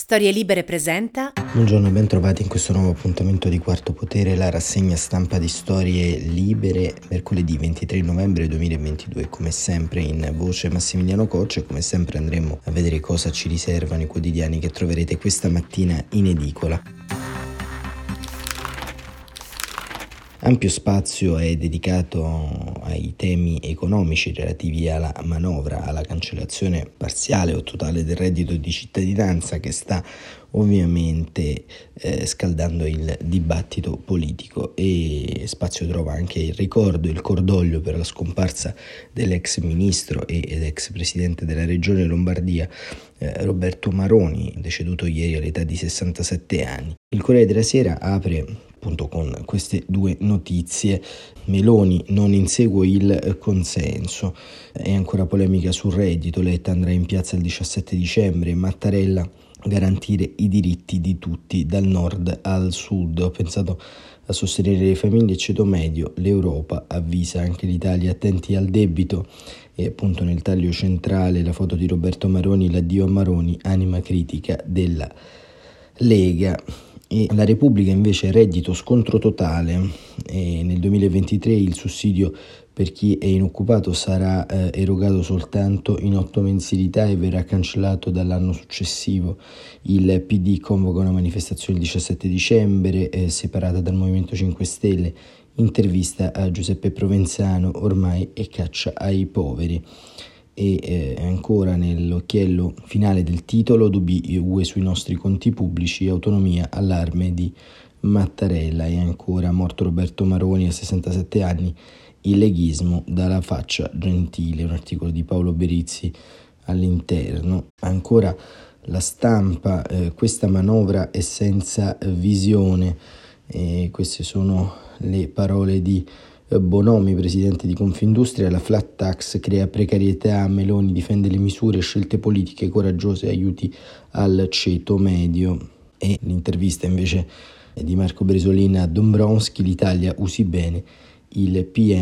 Storie Libere presenta. Buongiorno e ben trovati in questo nuovo appuntamento di Quarto Potere, la rassegna stampa di Storie Libere, mercoledì 23 novembre 2022. Come sempre in voce Massimiliano Coccia e come sempre andremo a vedere cosa ci riservano i quotidiani che troverete questa mattina in edicola. Ampio spazio è dedicato ai temi economici relativi alla manovra, alla cancellazione parziale o totale del reddito di cittadinanza che sta ovviamente scaldando il dibattito politico, e spazio trova anche il ricordo, il cordoglio per la scomparsa dell'ex ministro ed ex presidente della regione Lombardia Roberto Maroni, deceduto ieri all'età di 67 anni. Il Corriere della Sera apre appunto con queste due notizie. Meloni non insegue il consenso, è ancora polemica sul reddito, Letta andrà in piazza il 17 dicembre, Mattarella garantire i diritti di tutti dal nord al sud, ho pensato a sostenere le famiglie, ceto medio, l'Europa avvisa anche l'Italia, attenti al debito, e appunto nel taglio centrale la foto di Roberto Maroni, l'addio a Maroni, anima critica della Lega. E la Repubblica invece reddito scontro totale, e nel 2023 il sussidio per chi è inoccupato sarà erogato soltanto in 8 mensilità e verrà cancellato dall'anno successivo. Il PD convoca una manifestazione il 17 dicembre separata dal Movimento 5 Stelle, intervista a Giuseppe Provenzano, ormai è caccia ai poveri. E ancora nell'occhiello finale del titolo, dubbi UE sui nostri conti pubblici, autonomia, allarme di Mattarella. E ancora morto Roberto Maroni a 67 anni, il leghismo dalla faccia gentile, un articolo di Paolo Berizzi all'interno. Ancora La Stampa, questa manovra è senza visione, queste sono le parole di Bonomi, presidente di Confindustria. La flat tax crea precarietà, Meloni difende le misure, scelte politiche coraggiose, aiuti al ceto medio. E l'intervista invece di Marco Bresolin a Dombrovskis, l'Italia usi bene il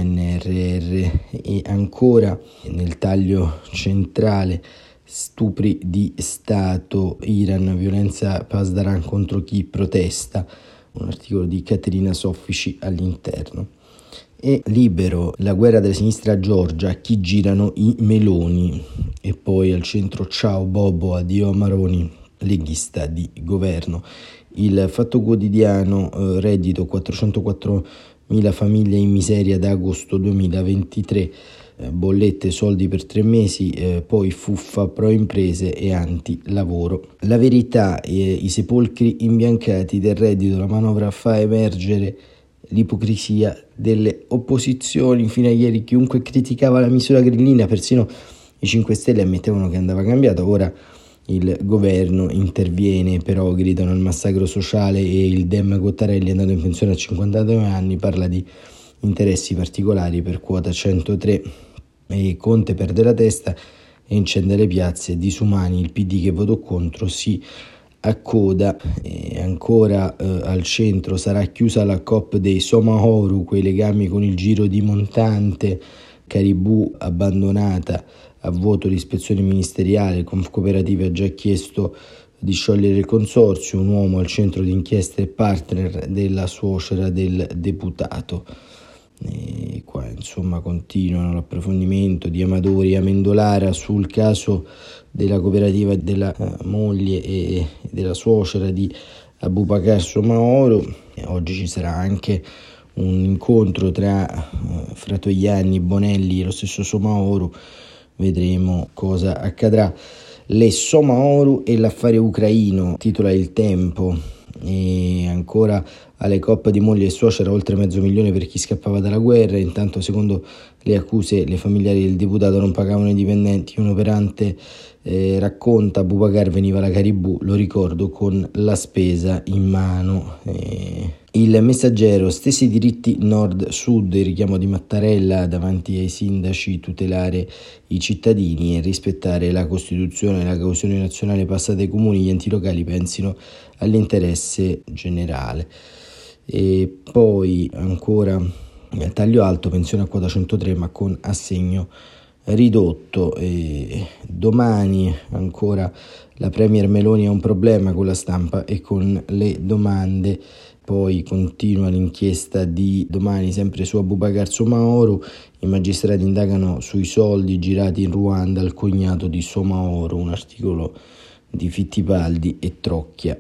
PNRR. E ancora nel taglio centrale, stupri di Stato, Iran, violenza Pasdaran contro chi protesta, un articolo di Caterina Soffici all'interno. E Libero, la guerra della sinistra a Giorgia, a chi girano i meloni. E poi al centro, ciao Bobo, addio a Maroni, leghista di governo. Il Fatto Quotidiano, reddito 404.000 famiglie in miseria da agosto 2023, bollette, soldi per 3 mesi, poi fuffa pro imprese e anti lavoro. La Verità, i sepolcri imbiancati del reddito, la manovra fa emergere l'ipocrisia delle opposizioni. Fino a ieri chiunque criticava la misura grillina, persino i 5 Stelle ammettevano che andava cambiato. Ora il governo interviene, però gridano al massacro sociale, e il Dem Cottarelli, andato in pensione a 59 anni, parla di interessi particolari per quota 103. E Conte perde la testa e incende le piazze, disumani, il PD che votò contro si accoda. E ancora al centro, sarà chiusa la COP dei Somaoru, quei legami con il giro di montante, Caribou abbandonata a vuoto l'ispezione ministeriale, Confcooperative ha già chiesto di sciogliere il consorzio, un uomo al centro di inchieste e partner della suocera del deputato. E qua insomma continuano l'approfondimento di Amadori e Amendolara sul caso della cooperativa della moglie e della suocera di Abubakar Soumahoro. Oggi ci sarà anche un incontro tra Fratoianni, Bonelli e lo stesso Soumahoro, vedremo cosa accadrà. Le Soumahoro e l'affare ucraino, titola Il Tempo. E ancora alle coppie di moglie e suocera, oltre 500.000 per chi scappava dalla guerra. Intanto, secondo le accuse, le familiari del deputato non pagavano i dipendenti. Un operante racconta, Abubakar veniva alla Caribou, lo ricordo, con la spesa in mano. Il Messaggero, stessi diritti nord-sud, il richiamo di Mattarella davanti ai sindaci, tutelare i cittadini e rispettare la Costituzione, la coesione nazionale passa dai comuni, gli enti locali pensino all'interesse generale. E poi ancora taglio alto, pensione a quota 103 ma con assegno ridotto. E domani ancora la Premier Meloni ha un problema con la stampa e con le domande. Poi continua l'inchiesta di domani sempre su Abubakar Soumahoro. I magistrati indagano sui soldi girati in Ruanda al cognato di Soumahoro, un articolo di Fittipaldi e Trocchia.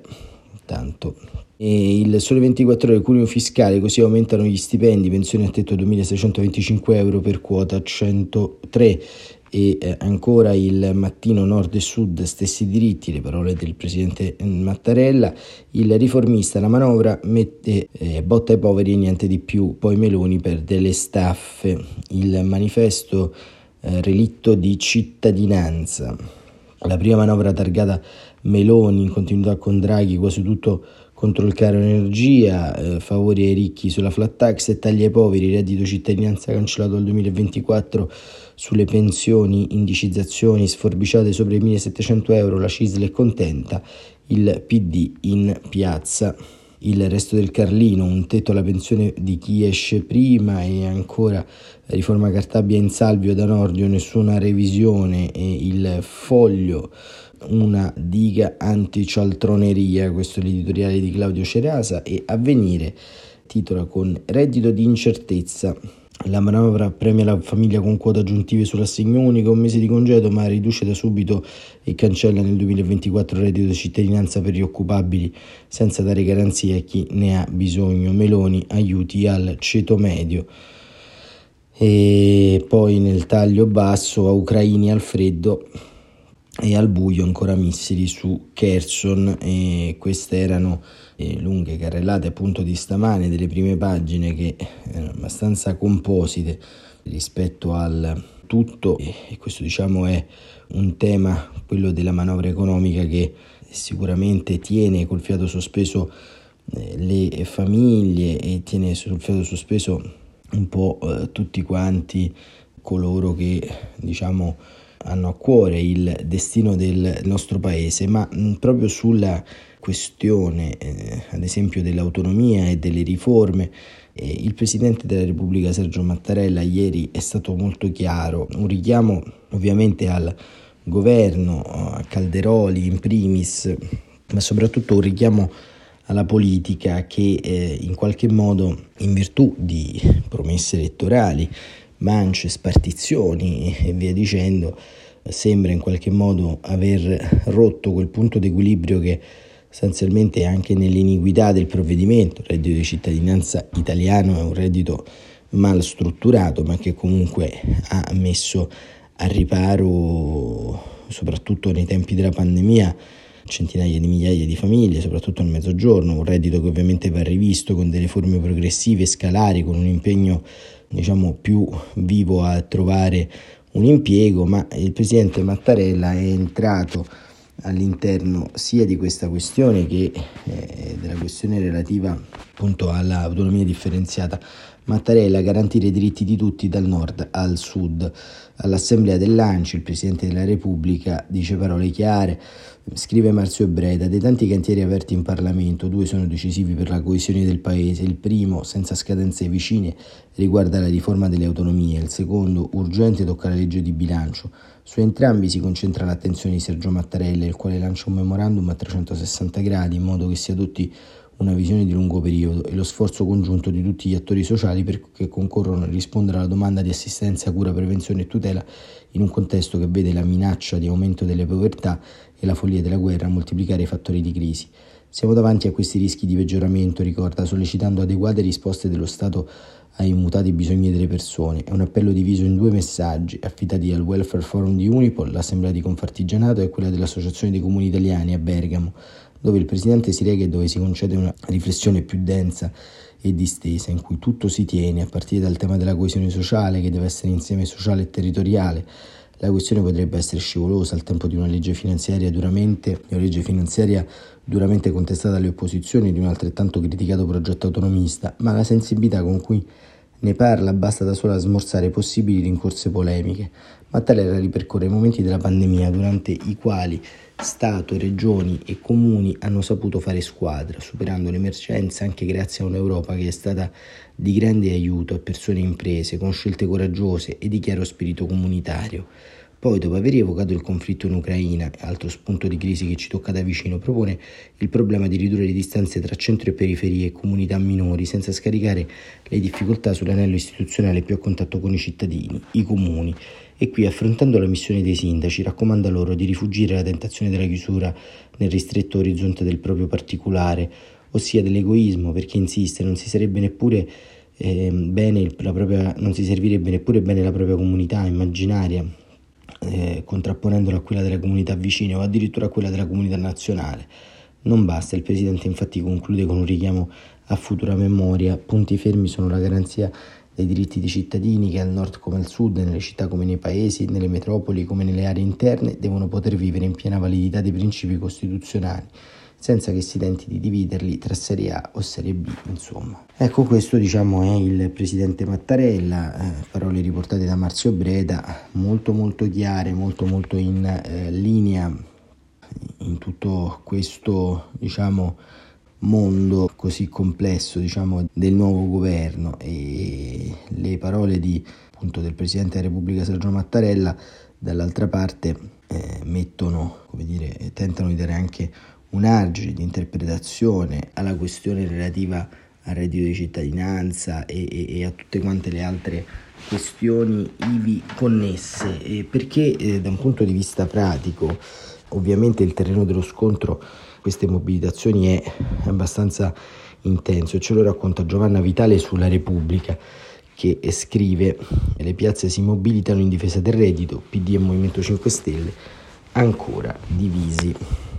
E il Sole 24 Ore, cuneo fiscale, così aumentano gli stipendi, pensioni a tetto 2.625 euro per quota 103. E ancora il Mattino, Nord e Sud, stessi diritti, le parole del presidente Mattarella. Il Riformista, la manovra mette botta ai poveri e niente di più, poi Meloni perde le staffe. Il Manifesto, relitto di cittadinanza, la prima manovra targata Meloni in continuità con Draghi, quasi tutto contro il caro energia, favori ai ricchi sulla flat tax e tagli ai poveri, reddito cittadinanza cancellato dal 2024, sulle pensioni, indicizzazioni sforbiciate sopra i 1.700 euro, la CISL è contenta, il PD in piazza. Il Resto del Carlino, un tetto alla pensione di chi esce prima, e ancora riforma Cartabia in salvio da Nordio, nessuna revisione. E il Foglio, una diga anticialtroneria, questo è l'editoriale di Claudio Cerasa. E Avvenire titola con reddito di incertezza. La manovra premia la famiglia con quote aggiuntive sull'assegno unico, un mese di congedo, ma riduce da subito e cancella nel 2024 il reddito di cittadinanza per gli occupabili senza dare garanzie a chi ne ha bisogno. Meloni, aiuti al ceto medio. E poi nel taglio basso, a ucraini al freddo e al buio ancora missili su Kherson. E queste erano lunghe carrellate appunto di stamane, delle prime pagine che erano abbastanza composite rispetto al tutto, e questo diciamo è un tema, quello della manovra economica, che sicuramente tiene col fiato sospeso le famiglie e tiene sul fiato sospeso un po' tutti quanti coloro che diciamo hanno a cuore il destino del nostro paese. Ma proprio sulla questione ad esempio dell'autonomia e delle riforme, il Presidente della Repubblica Sergio Mattarella ieri è stato molto chiaro, un richiamo ovviamente al governo, a Calderoli in primis, ma soprattutto un richiamo alla politica che in qualche modo, in virtù di promesse elettorali, mance, spartizioni e via dicendo, sembra in qualche modo aver rotto quel punto d'equilibrio che sostanzialmente anche nell'iniquità del provvedimento. Il reddito di cittadinanza italiano è un reddito mal strutturato, ma che comunque ha messo a riparo, soprattutto nei tempi della pandemia, centinaia di migliaia di famiglie, soprattutto nel Mezzogiorno. Un reddito che ovviamente va rivisto con delle forme progressive, scalari, con un impegno diciamo più vivo a trovare un impiego. Ma il presidente Mattarella è entrato all'interno sia di questa questione che della questione relativa appunto all'autonomia differenziata. Mattarella, garantire i diritti di tutti dal nord al sud. All'assemblea dell'ANCI il Presidente della Repubblica dice parole chiare. Scrive Marzio Breda: dei tanti cantieri aperti in Parlamento, 2 sono decisivi per la coesione del Paese. Il primo, senza scadenze vicine, riguarda la riforma delle autonomie. Il secondo, urgente, tocca la legge di bilancio. Su entrambi si concentra l'attenzione di Sergio Mattarella, il quale lancia un memorandum a 360 gradi in modo che si adotti una visione di lungo periodo e lo sforzo congiunto di tutti gli attori sociali che concorrono a rispondere alla domanda di assistenza, cura, prevenzione e tutela in un contesto che vede la minaccia di aumento delle povertà e la follia della guerra moltiplicare i fattori di crisi. Siamo davanti a questi rischi di peggioramento, ricorda, sollecitando adeguate risposte dello Stato ai mutati bisogni delle persone. È un appello diviso in 2 messaggi, affidati al Welfare Forum di Unipol, l'assemblea di Confartigianato, e quella dell'Associazione dei Comuni Italiani a Bergamo, dove il Presidente si reca e dove si concede una riflessione più densa e distesa, in cui tutto si tiene, a partire dal tema della coesione sociale, che deve essere insieme sociale e territoriale. La questione potrebbe essere scivolosa al tempo di una legge finanziaria duramente contestata dalle opposizioni, di un altrettanto criticato progetto autonomista, ma la sensibilità con cui ne parla, basta da sola a smorzare possibili rincorse polemiche. Mattarella ripercorre i momenti della pandemia durante i quali Stato, regioni e comuni hanno saputo fare squadra, superando l'emergenza anche grazie a un'Europa che è stata di grande aiuto a persone e imprese, con scelte coraggiose e di chiaro spirito comunitario. Poi, dopo aver evocato il conflitto in Ucraina, altro spunto di crisi che ci tocca da vicino, propone il problema di ridurre le distanze tra centro e periferie e comunità minori, senza scaricare le difficoltà sull'anello istituzionale più a contatto con i cittadini, i comuni. E qui, affrontando la missione dei sindaci, raccomanda loro di rifuggire alla tentazione della chiusura nel ristretto orizzonte del proprio particolare, ossia dell'egoismo, perché insiste, non si servirebbe neppure bene la propria comunità immaginaria, contrapponendola a quella della comunità vicina o addirittura a quella della comunità nazionale. Non basta, il Presidente infatti conclude con un richiamo a futura memoria: punti fermi sono la garanzia dei diritti dei cittadini che al nord come al sud, nelle città come nei paesi, nelle metropoli come nelle aree interne, devono poter vivere in piena validità dei principi costituzionali, senza che si tenti di dividerli tra Serie A o Serie B, insomma. Ecco, questo è il Presidente Mattarella, parole riportate da Marzio Breda, molto chiare, molto in linea in tutto questo, mondo così complesso, del nuovo governo. E le parole del Presidente della Repubblica Sergio Mattarella, dall'altra parte, tentano di dare anche un argine di interpretazione alla questione relativa al reddito di cittadinanza e a tutte quante le altre questioni ivi connesse, perché da un punto di vista pratico, ovviamente il terreno dello scontro, queste mobilitazioni, è abbastanza intenso, e ce lo racconta Giovanna Vitale sulla Repubblica, che scrive: le piazze si mobilitano in difesa del reddito, PD e Movimento 5 Stelle ancora divisi.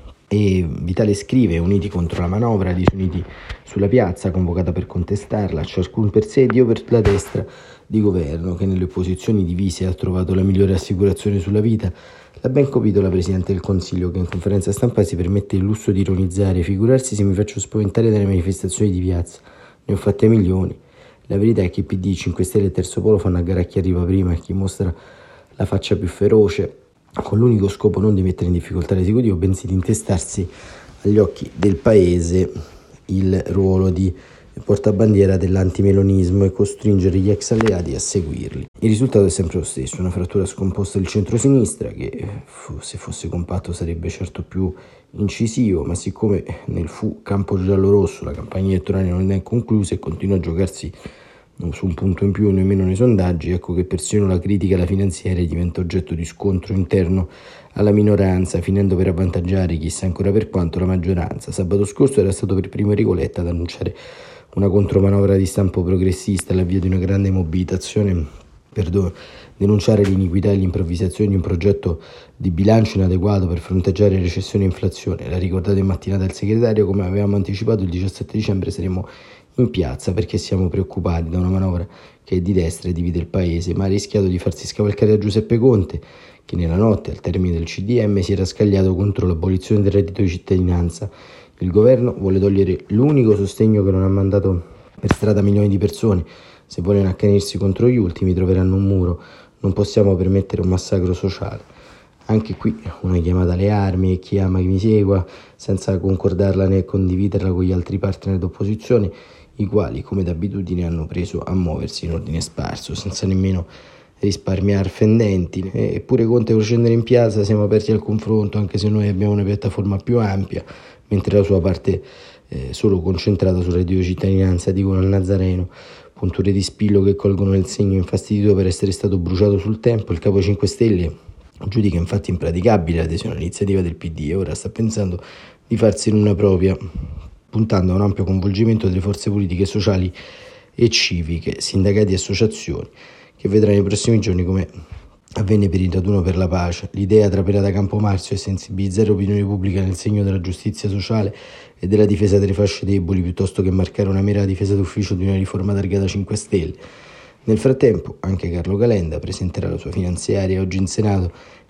E Vitale scrive: uniti contro la manovra, disuniti sulla piazza convocata per contestarla, ciascun per sé, Dio per la destra di governo, che nelle opposizioni divise ha trovato la migliore assicurazione sulla vita. L'ha ben capito la Presidente del Consiglio, che in conferenza stampa si permette il lusso di ironizzare: figurarsi se mi faccio spaventare dalle manifestazioni di piazza, ne ho fatte milioni. La verità è che PD, 5 Stelle e Terzo Polo fanno a gara a chi arriva prima e chi mostra la faccia più feroce, con l'unico scopo non di mettere in difficoltà l'esecutivo, bensì di intestarsi agli occhi del paese il ruolo di portabandiera dell'antimelonismo e costringere gli ex alleati a seguirli. Il risultato è sempre lo stesso: una frattura scomposta del centro-sinistra, che se fosse compatto sarebbe certo più incisivo, ma siccome nel fu campo giallo-rosso la campagna elettorale non è conclusa e continua a giocarsi su un punto in più o nemmeno nei sondaggi, ecco che persino la critica alla finanziaria diventa oggetto di scontro interno alla minoranza, finendo per avvantaggiare, chissà ancora per quanto, la maggioranza. Sabato scorso era stato per primo Enrico Letta ad annunciare una contromanovra di stampo progressista all'avvio di una grande mobilitazione per denunciare l'iniquità e l'improvvisazione di un progetto di bilancio inadeguato per fronteggiare recessione e inflazione. L'ha ricordato in mattinata il segretario: come avevamo anticipato, il 17 dicembre saremo in piazza perché siamo preoccupati da una manovra che è di destra e divide il paese, ma ha rischiato di farsi scavalcare a Giuseppe Conte, che nella notte, al termine del CDM, si era scagliato contro l'abolizione del reddito di cittadinanza. Il governo vuole togliere l'unico sostegno che non ha mandato per strada milioni di persone. Se vogliono accanirsi contro gli ultimi troveranno un muro. Non possiamo permettere un massacro sociale. Anche qui una chiamata alle armi, e chi ama che mi segua, senza concordarla né condividerla con gli altri partner d'opposizione, i quali come d'abitudine hanno preso a muoversi in ordine sparso, senza nemmeno risparmiare fendenti. Eppure Conte vuole scendere in piazza: siamo aperti al confronto, anche se noi abbiamo una piattaforma più ampia, mentre la sua parte solo concentrata sul reddito di cittadinanza, dicono al Nazareno. Punture di spillo che colgono il segno infastidito per essere stato bruciato sul tempo. Il capo 5 Stelle giudica infatti impraticabile l'adesione all'iniziativa del PD e ora sta pensando di farsene una propria, puntando a un ampio coinvolgimento delle forze politiche, sociali e civiche, sindacati e associazioni, che vedrà nei prossimi giorni, come avvenne per il raduno per la pace. L'idea trapela da Campomarzio è sensibilizzare l'opinione pubblica nel segno della giustizia sociale e della difesa delle fasce deboli, piuttosto che marcare una mera difesa d'ufficio di una riforma targata 5 Stelle. Nel frattempo, anche Carlo Calenda presenterà la sua finanziaria oggi in Senato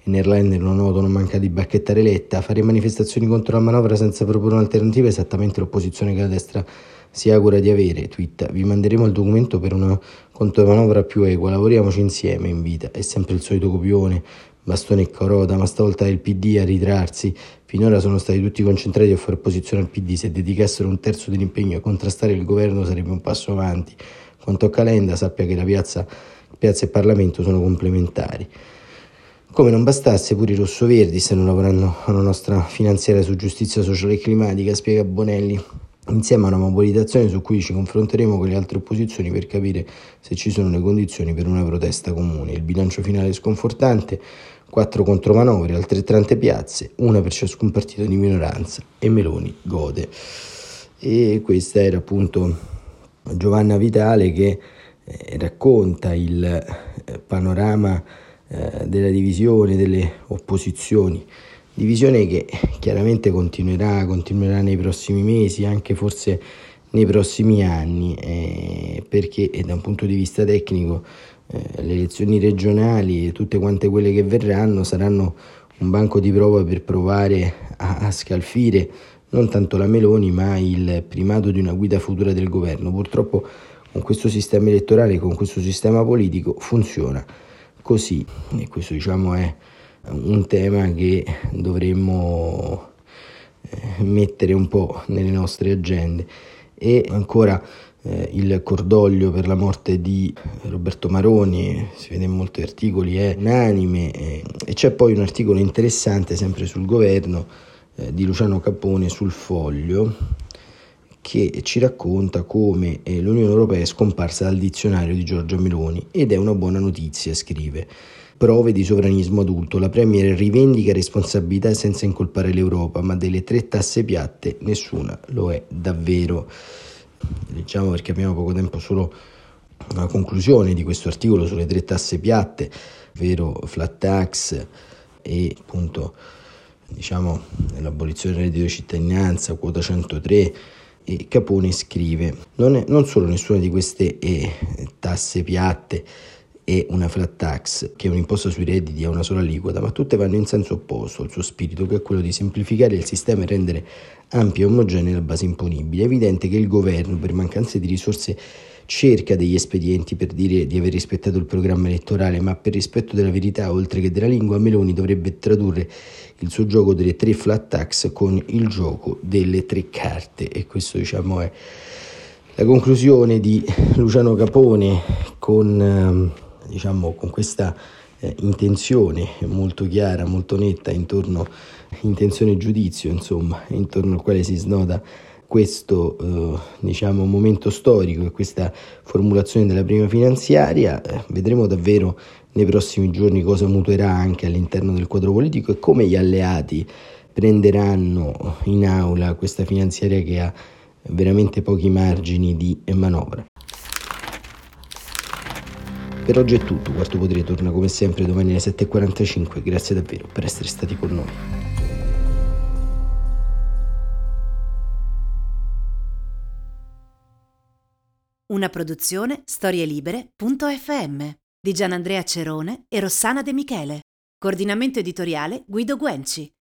e Nerlander lo noto non manca di bacchettare Letta, fare manifestazioni contro la manovra senza proporre un'alternativa è esattamente l'opposizione che la destra si augura di avere. Twitta: vi manderemo il documento per una contromanovra più equa, lavoriamoci insieme, invita. È sempre il solito copione, bastone e carota, ma stavolta è il PD a ritrarsi. Finora sono stati tutti concentrati a fare opposizione al PD, se dedicassero un terzo dell'impegno a contrastare il governo sarebbe un passo avanti. Quanto a Calenda, sappia che la piazza e Parlamento sono complementari. Come non bastasse, pure i rossoverdi stanno lavorando alla nostra finanziaria su giustizia sociale e climatica, spiega Bonelli, insieme a una mobilitazione su cui ci confronteremo con le altre opposizioni per capire se ci sono le condizioni per una protesta comune. Il bilancio finale è sconfortante, 4 contromanovre, altrettante piazze, una per ciascun partito di minoranza, e Meloni gode. E questa era appunto Giovanna Vitale che racconta il panorama della divisione delle opposizioni, divisione che chiaramente continuerà nei prossimi mesi, anche forse nei prossimi anni, perché da un punto di vista tecnico le elezioni regionali e tutte quante quelle che verranno saranno un banco di prova per provare a scalfire non tanto la Meloni ma il primato di una guida futura del governo. Purtroppo con questo sistema elettorale, con questo sistema politico funziona così, e questo diciamo è un tema che dovremmo mettere un po' nelle nostre agende. E ancora il cordoglio per la morte di Roberto Maroni, si vede in molti articoli, è unanime, e c'è poi un articolo interessante sempre sul governo di Luciano Capone sul Foglio, che ci racconta come l'Unione Europea è scomparsa dal dizionario di Giorgia Meloni, ed è una buona notizia, scrive. Prove di sovranismo adulto, la Premier rivendica responsabilità senza incolpare l'Europa, ma delle 3 tasse piatte nessuna lo è davvero. Leggiamo, perché abbiamo poco tempo, solo una conclusione di questo articolo sulle 3 tasse piatte, ovvero flat tax e appunto diciamo l'abolizione del reddito di cittadinanza, quota 103. E Capone scrive: non solo nessuna di queste tasse piatte è una flat tax, che è un'imposta sui redditi a una sola aliquota, ma tutte vanno in senso opposto al suo spirito, che è quello di semplificare il sistema e rendere ampia e omogenea la base imponibile. È evidente che il governo, per mancanza di risorse, cerca degli espedienti per dire di aver rispettato il programma elettorale, ma per rispetto della verità, oltre che della lingua, Meloni dovrebbe tradurre il suo gioco delle 3 flat tax con il gioco delle 3 carte. E questo diciamo è la conclusione di Luciano Capone con questa intenzione molto chiara, molto netta, intenzione e giudizio, insomma, intorno al quale si snoda questo momento storico e questa formulazione della prima finanziaria. Vedremo davvero nei prossimi giorni cosa muterà anche all'interno del quadro politico e come gli alleati prenderanno in aula questa finanziaria che ha veramente pochi margini di manovra. Per oggi è tutto, Quarto Potere torna come sempre domani alle 7:45, grazie davvero per essere stati con noi. Una produzione storielibere.fm di Gianandrea Cerone e Rossana De Michele. Coordinamento editoriale Guido Guenci.